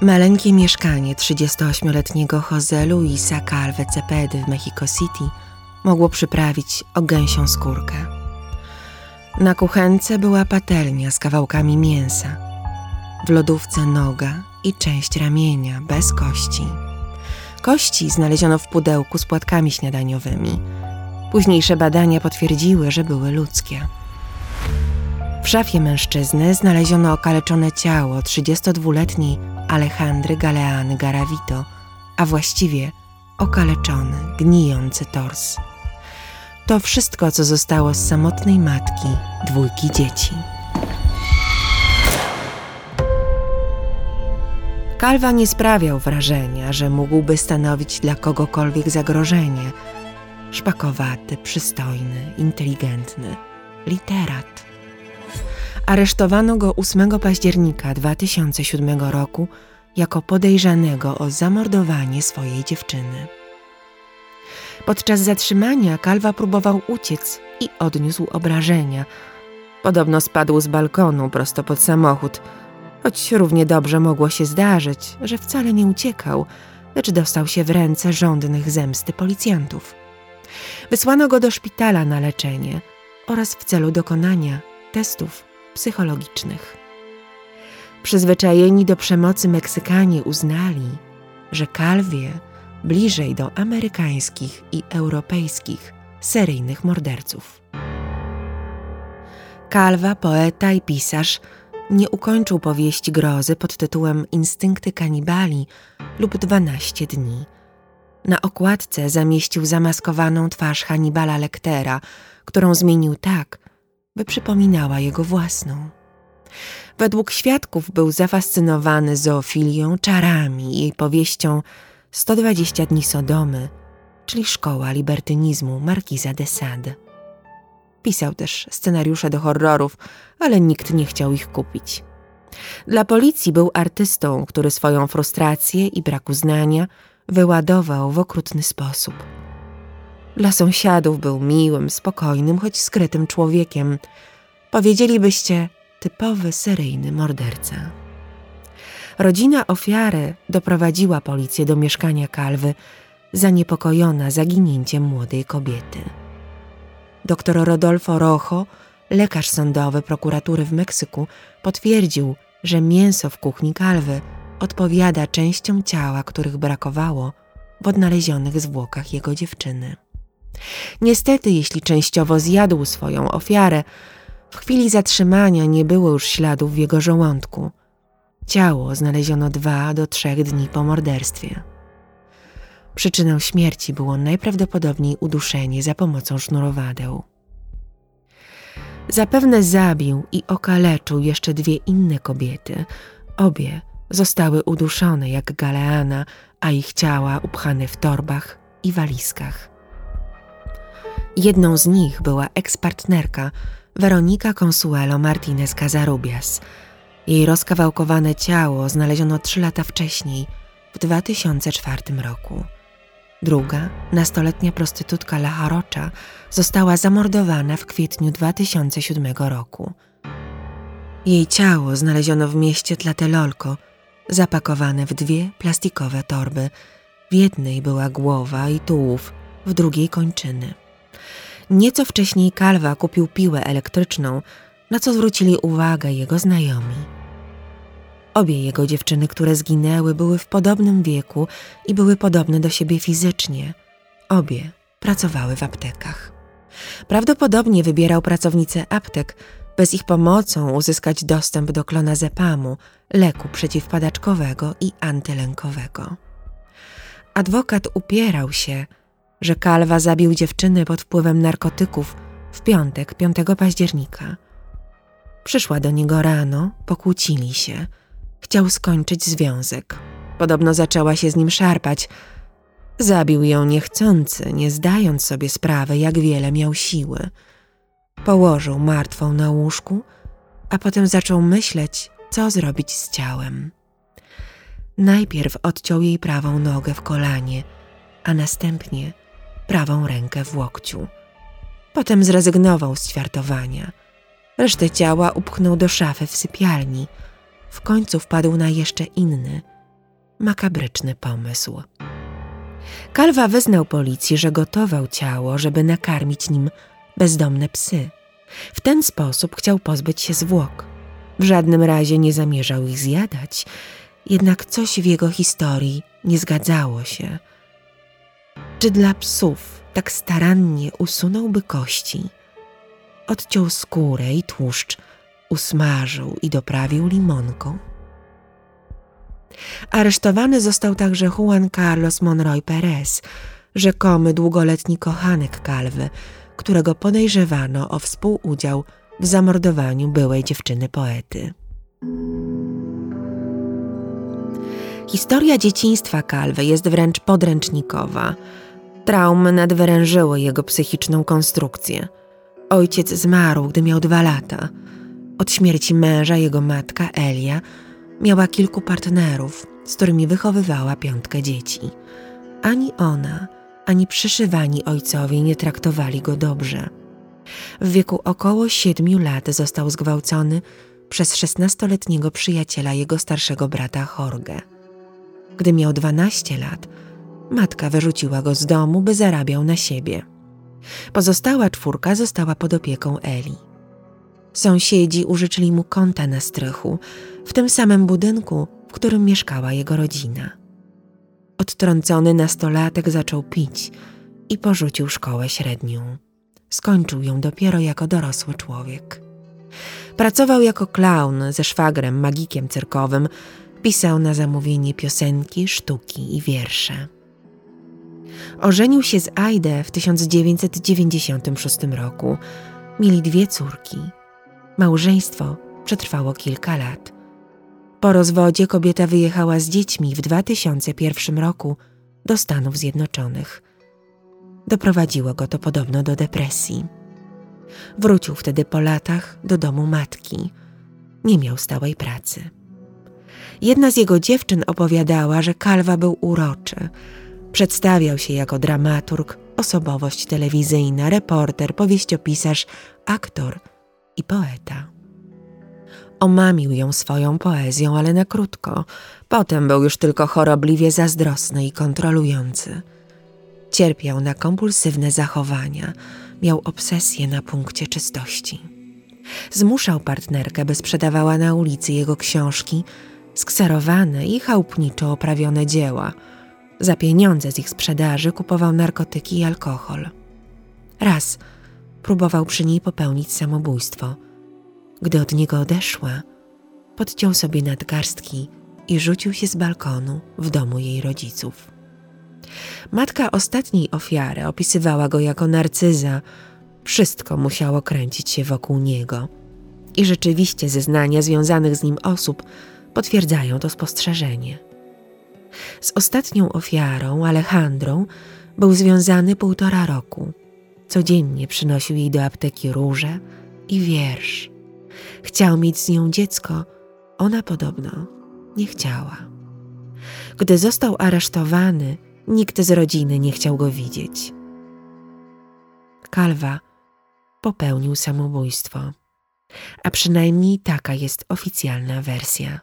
Maleńkie mieszkanie 38-letniego José Luisa Calve Cepedy w Mexico City mogło przyprawić o gęsią skórkę. Na kuchence była patelnia z kawałkami mięsa, w lodówce noga i część ramienia bez kości. Kości znaleziono w pudełku z płatkami śniadaniowymi. Późniejsze badania potwierdziły, że były ludzkie. W szafie mężczyzny znaleziono okaleczone ciało 32-letniej Alejandry Galeany Garavito, a właściwie okaleczony, gnijący tors. To wszystko, co zostało z samotnej matki 2 dzieci. Calva nie sprawiał wrażenia, że mógłby stanowić dla kogokolwiek zagrożenie. Szpakowaty, przystojny, inteligentny, literat. Aresztowano go 8 października 2007 roku jako podejrzanego o zamordowanie swojej dziewczyny. Podczas zatrzymania Calva próbował uciec i odniósł obrażenia. Podobno spadł z balkonu prosto pod samochód, choć równie dobrze mogło się zdarzyć, że wcale nie uciekał, lecz dostał się w ręce żądnych zemsty policjantów. Wysłano go do szpitala na leczenie oraz w celu dokonania testów psychologicznych. Przyzwyczajeni do przemocy Meksykanie uznali, że Calvie bliżej do amerykańskich i europejskich seryjnych morderców. Calva, poeta i pisarz, nie ukończył powieści grozy pod tytułem Instynkty kanibali lub 12 dni. Na okładce zamieścił zamaskowaną twarz Hannibala Lectera, którą zmienił tak, by przypominała jego własną. Według świadków był zafascynowany zoofilią, czarami i powieścią 120 dni Sodomy, czyli szkoła libertynizmu Marquiza de Sade. Pisał też scenariusze do horrorów, ale nikt nie chciał ich kupić. Dla policji był artystą, który swoją frustrację i brak uznania wyładował w okrutny sposób. Dla sąsiadów był miłym, spokojnym, choć skrytym człowiekiem. Powiedzielibyście, typowy seryjny morderca. Rodzina ofiary doprowadziła policję do mieszkania Calvy, zaniepokojona zaginięciem młodej kobiety. Dr Rodolfo Rojo, lekarz sądowy prokuratury w Meksyku, potwierdził, że mięso w kuchni Calvy odpowiada częściom ciała, których brakowało w odnalezionych zwłokach jego dziewczyny. Niestety, jeśli częściowo zjadł swoją ofiarę, w chwili zatrzymania nie było już śladów w jego żołądku. Ciało znaleziono 2 do 3 dni po morderstwie. Przyczyną śmierci było najprawdopodobniej uduszenie za pomocą sznurowadeł. Zapewne zabił i okaleczył jeszcze 2 inne kobiety. Obie zostały uduszone jak Galeana, a ich ciała upchane w torbach i walizkach. Jedną z nich była ekspartnerka Veronica Consuelo Martinez Casarubias. Jej rozkawałkowane ciało znaleziono 3 lata wcześniej, w 2004 roku. Druga, nastoletnia prostytutka La Jarocha, została zamordowana w kwietniu 2007 roku. Jej ciało znaleziono w mieście Tlatelolco, zapakowane w 2 plastikowe torby. W jednej była głowa i tułów, w drugiej kończyny. Nieco wcześniej Calva kupił piłę elektryczną, na co zwrócili uwagę jego znajomi. Obie jego dziewczyny, które zginęły, były w podobnym wieku i były podobne do siebie fizycznie. Obie pracowały w aptekach. Prawdopodobnie wybierał pracownice aptek, by z ich pomocą uzyskać dostęp do klonazepamu, leku przeciwpadaczkowego i antylękowego. Adwokat upierał się, że Calva zabił dziewczyny pod wpływem narkotyków w piątek, 5 października. Przyszła do niego rano, pokłócili się. Chciał skończyć związek. Podobno zaczęła się z nim szarpać. Zabił ją niechcący, nie zdając sobie sprawy, jak wiele miał siły. Położył martwą na łóżku, a potem zaczął myśleć, co zrobić z ciałem. Najpierw odciął jej prawą nogę w kolanie, a następnie prawą rękę w łokciu. Potem zrezygnował z ćwiartowania. Resztę ciała upchnął do szafy w sypialni. W końcu wpadł na jeszcze inny, makabryczny pomysł. Calva wyznał policji, że gotował ciało, żeby nakarmić nim bezdomne psy. W ten sposób chciał pozbyć się zwłok. W żadnym razie nie zamierzał ich zjadać, jednak coś w jego historii nie zgadzało się. Czy dla psów tak starannie usunąłby kości? Odciął skórę i tłuszcz, usmażył i doprawił limonką. Aresztowany został także Juan Carlos Monroy Perez, rzekomy długoletni kochanek Calvy, którego podejrzewano o współudział w zamordowaniu byłej dziewczyny poety. Historia dzieciństwa Calvy jest wręcz podręcznikowa. Traumy nadwyrężyły jego psychiczną konstrukcję. Ojciec zmarł, gdy miał 2 lata. Od śmierci męża jego matka, Elia, miała kilku partnerów, z którymi wychowywała 5 dzieci. Ani ona, ani przyszywani ojcowie nie traktowali go dobrze. W wieku około 7 lat został zgwałcony przez 16-letniego przyjaciela jego starszego brata Jorge. Gdy miał 12 lat, matka wyrzuciła go z domu, by zarabiał na siebie. Pozostała 4 została pod opieką Eli. Sąsiedzi użyczyli mu kąta na strychu, w tym samym budynku, w którym mieszkała jego rodzina. Odtrącony nastolatek zaczął pić i porzucił szkołę średnią. Skończył ją dopiero jako dorosły człowiek. Pracował jako klaun ze szwagrem, magikiem cyrkowym, pisał na zamówienie piosenki, sztuki i wiersze. Ożenił się z Aidę w 1996 roku. Mieli 2 córki. Małżeństwo przetrwało kilka lat. Po rozwodzie kobieta wyjechała z dziećmi w 2001 roku do Stanów Zjednoczonych. Doprowadziło go to podobno do depresji. Wrócił wtedy po latach do domu matki. Nie miał stałej pracy. Jedna z jego dziewczyn opowiadała, że Calva był uroczy. Przedstawiał się jako dramaturg, osobowość telewizyjna, reporter, powieściopisarz, aktor i poeta. Omamił ją swoją poezją, ale na krótko. Potem był już tylko chorobliwie zazdrosny i kontrolujący. Cierpiał na kompulsywne zachowania, miał obsesję na punkcie czystości. Zmuszał partnerkę, by sprzedawała na ulicy jego książki, skserowane i chałupniczo oprawione dzieła. Za pieniądze z ich sprzedaży kupował narkotyki i alkohol. Raz próbował przy niej popełnić samobójstwo. Gdy od niego odeszła, podciął sobie nadgarstki i rzucił się z balkonu w domu jej rodziców. Matka ostatniej ofiary opisywała go jako narcyza. Wszystko musiało kręcić się wokół niego. I rzeczywiście zeznania związanych z nim osób potwierdzają to spostrzeżenie. Z ostatnią ofiarą, Alejandrą, był związany 1,5 roku. Codziennie przynosił jej do apteki róże i wiersz. Chciał mieć z nią dziecko, ona podobno nie chciała. Gdy został aresztowany, nikt z rodziny nie chciał go widzieć. Calva popełnił samobójstwo, a przynajmniej taka jest oficjalna wersja.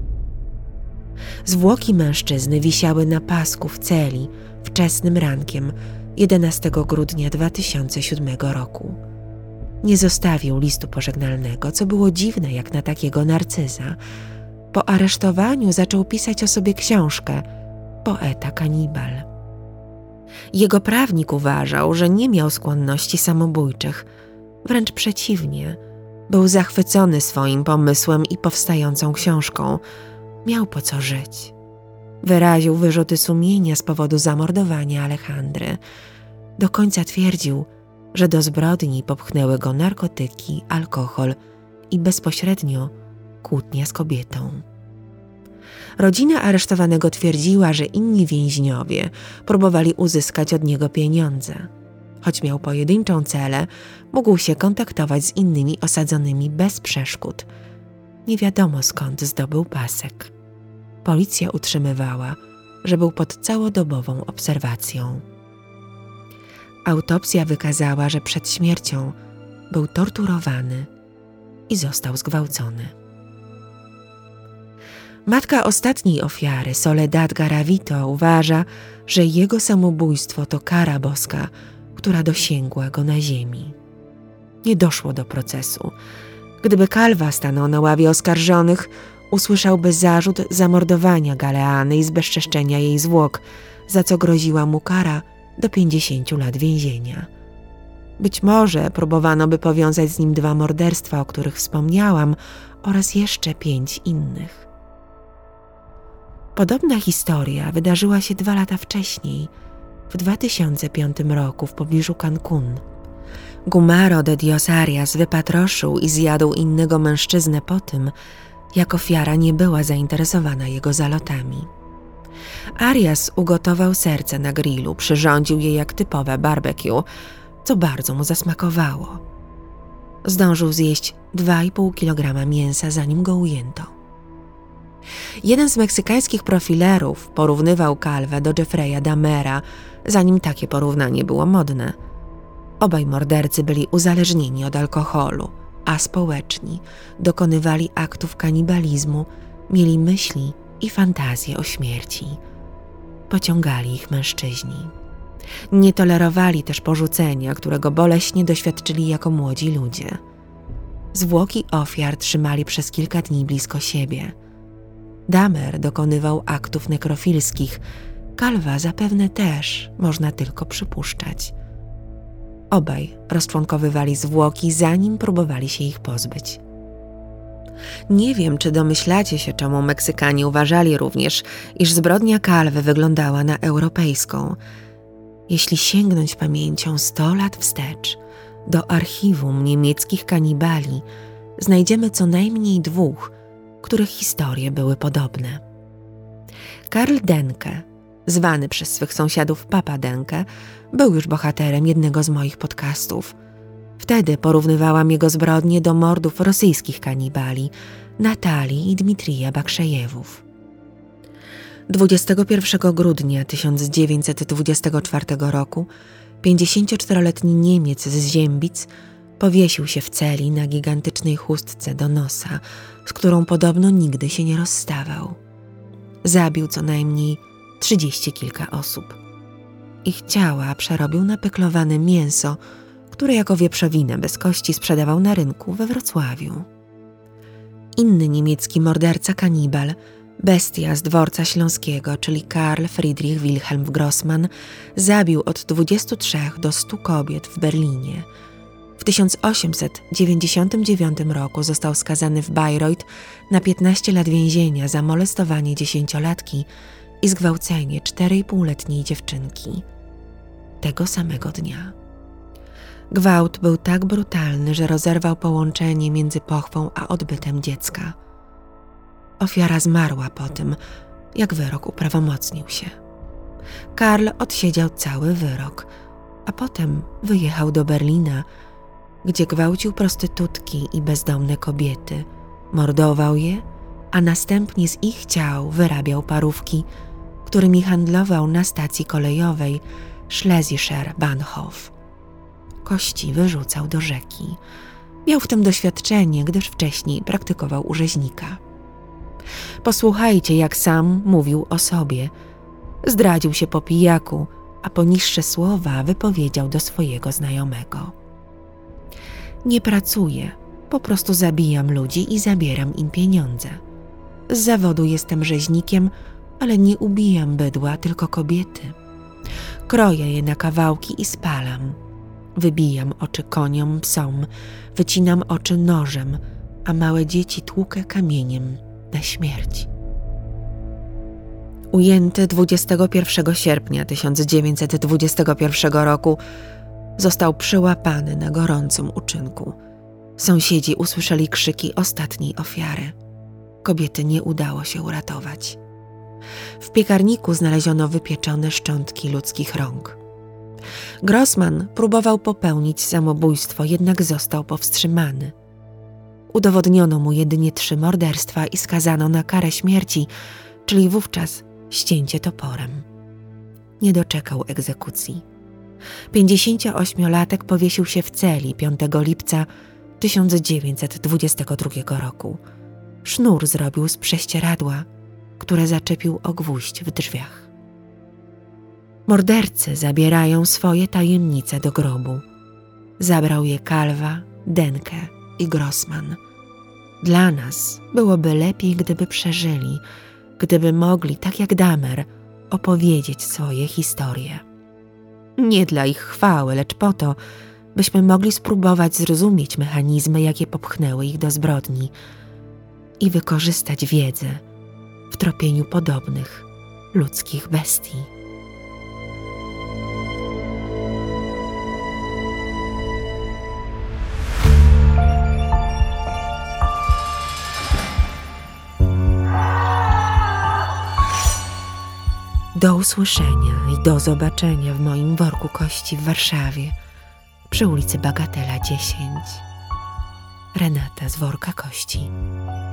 Zwłoki mężczyzny wisiały na pasku w celi wczesnym rankiem 11 grudnia 2007 roku. Nie zostawił listu pożegnalnego, co było dziwne jak na takiego narcyza. Po aresztowaniu zaczął pisać o sobie książkę Poeta kanibal. Jego prawnik uważał, że nie miał skłonności samobójczych. Wręcz przeciwnie, był zachwycony swoim pomysłem i powstającą książką. Miał po co żyć. Wyraził wyrzuty sumienia z powodu zamordowania Alejandry. Do końca twierdził, że do zbrodni popchnęły go narkotyki, alkohol i bezpośrednio kłótnia z kobietą. Rodzina aresztowanego twierdziła, że inni więźniowie próbowali uzyskać od niego pieniądze. Choć miał pojedynczą celę, mógł się kontaktować z innymi osadzonymi bez przeszkód. Nie wiadomo skąd zdobył pasek. Policja utrzymywała, że był pod całodobową obserwacją. Autopsja wykazała, że przed śmiercią był torturowany i został zgwałcony. Matka ostatniej ofiary, Soledad Garavito, uważa, że jego samobójstwo to kara boska, która dosięgła go na ziemi. Nie doszło do procesu. Gdyby Calva stanął na ławie oskarżonych, usłyszałby zarzut zamordowania Galeany i zbezczeszczenia jej zwłok, za co groziła mu kara do 50 lat więzienia. Być może próbowano by powiązać z nim 2 morderstwa, o których wspomniałam, oraz jeszcze 5 innych. Podobna historia wydarzyła się 2 lata wcześniej, w 2005 roku w pobliżu Cancún. Gumaro de Dios Arias wypatroszył i zjadł innego mężczyznę po tym, jak ofiara nie była zainteresowana jego zalotami. Arias ugotował serce na grillu, przyrządził je jak typowe barbecue, co bardzo mu zasmakowało. Zdążył zjeść 2,5 kg mięsa, zanim go ujęto. Jeden z meksykańskich profilerów porównywał Calvę do Jeffrey'a Dahmera, zanim takie porównanie było modne. Obaj mordercy byli uzależnieni od alkoholu, a społeczni, dokonywali aktów kanibalizmu, mieli myśli i fantazje o śmierci. Pociągali ich mężczyźni. Nie tolerowali też porzucenia, którego boleśnie doświadczyli jako młodzi ludzie. Zwłoki ofiar trzymali przez kilka dni blisko siebie. Dahmer dokonywał aktów nekrofilskich, Calva zapewne też, można tylko przypuszczać. Obaj rozczłonkowywali zwłoki, zanim próbowali się ich pozbyć. Nie wiem, czy domyślacie się, czemu Meksykanie uważali również, iż zbrodnia Calvy wyglądała na europejską. Jeśli sięgnąć pamięcią 100 lat wstecz, do archiwum niemieckich kanibali, znajdziemy co najmniej 2, których historie były podobne. Karl Denke, zwany przez swych sąsiadów Papa Denke, był już bohaterem jednego z moich podcastów. Wtedy porównywałam jego zbrodnie do mordów rosyjskich kanibali, Natalii i Dmitrija Bakrzejewów. 21 grudnia 1924 roku 54-letni Niemiec z Ziębic powiesił się w celi na gigantycznej chustce do nosa, z którą podobno nigdy się nie rozstawał. Zabił co najmniej 30 kilka osób. Ich ciała przerobił na peklowane mięso, które jako wieprzowinę bez kości sprzedawał na rynku we Wrocławiu. Inny niemiecki morderca kanibal, bestia z dworca śląskiego, czyli Karl Friedrich Wilhelm Grossmann, zabił od 23 do 100 kobiet w Berlinie. W 1899 roku został skazany w Bayreuth na 15 lat więzienia za molestowanie 10-latki i zgwałcenie 4,5-letniej dziewczynki. Tego samego dnia. Gwałt był tak brutalny, że rozerwał połączenie między pochwą a odbytem dziecka. Ofiara zmarła po tym, jak wyrok uprawomocnił się. Karl odsiedział cały wyrok, a potem wyjechał do Berlina, gdzie gwałcił prostytutki i bezdomne kobiety, mordował je, a następnie z ich ciał wyrabiał parówki, którymi handlował na stacji kolejowej Schlesischer Bahnhof. Kości wyrzucał do rzeki. Miał w tym doświadczenie, gdyż wcześniej praktykował u rzeźnika. Posłuchajcie, jak sam mówił o sobie. Zdradził się po pijaku, a poniższe słowa wypowiedział do swojego znajomego. Nie pracuję, po prostu zabijam ludzi i zabieram im pieniądze. Z zawodu jestem rzeźnikiem, ale nie ubijam bydła, tylko kobiety. Kroję je na kawałki i spalam. Wybijam oczy koniom, psom, wycinam oczy nożem, a małe dzieci tłukę kamieniem na śmierć. Ujęty 21 sierpnia 1921 roku został przyłapany na gorącym uczynku. Sąsiedzi usłyszeli krzyki ostatniej ofiary. Kobiety nie udało się uratować. W piekarniku znaleziono wypieczone szczątki ludzkich rąk. Grossmann próbował popełnić samobójstwo, jednak został powstrzymany. Udowodniono mu jedynie 3 morderstwa i skazano na karę śmierci, czyli wówczas ścięcie toporem. Nie doczekał egzekucji. 58-latek powiesił się w celi 5 lipca 1922 roku. Sznur zrobił z prześcieradła które zaczepił o gwóźdź w drzwiach. Mordercy zabierają swoje tajemnice do grobu. Zabrał je Kalwa, Denke i Grossman. Dla nas byłoby lepiej, gdyby przeżyli, gdyby mogli, tak jak Dahmer, opowiedzieć swoje historie. Nie dla ich chwały, lecz po to, byśmy mogli spróbować zrozumieć mechanizmy, jakie popchnęły ich do zbrodni i wykorzystać wiedzę w tropieniu podobnych ludzkich bestii. Do usłyszenia i do zobaczenia w moim worku kości w Warszawie przy ulicy Bagatela 10. Renata z Worka Kości.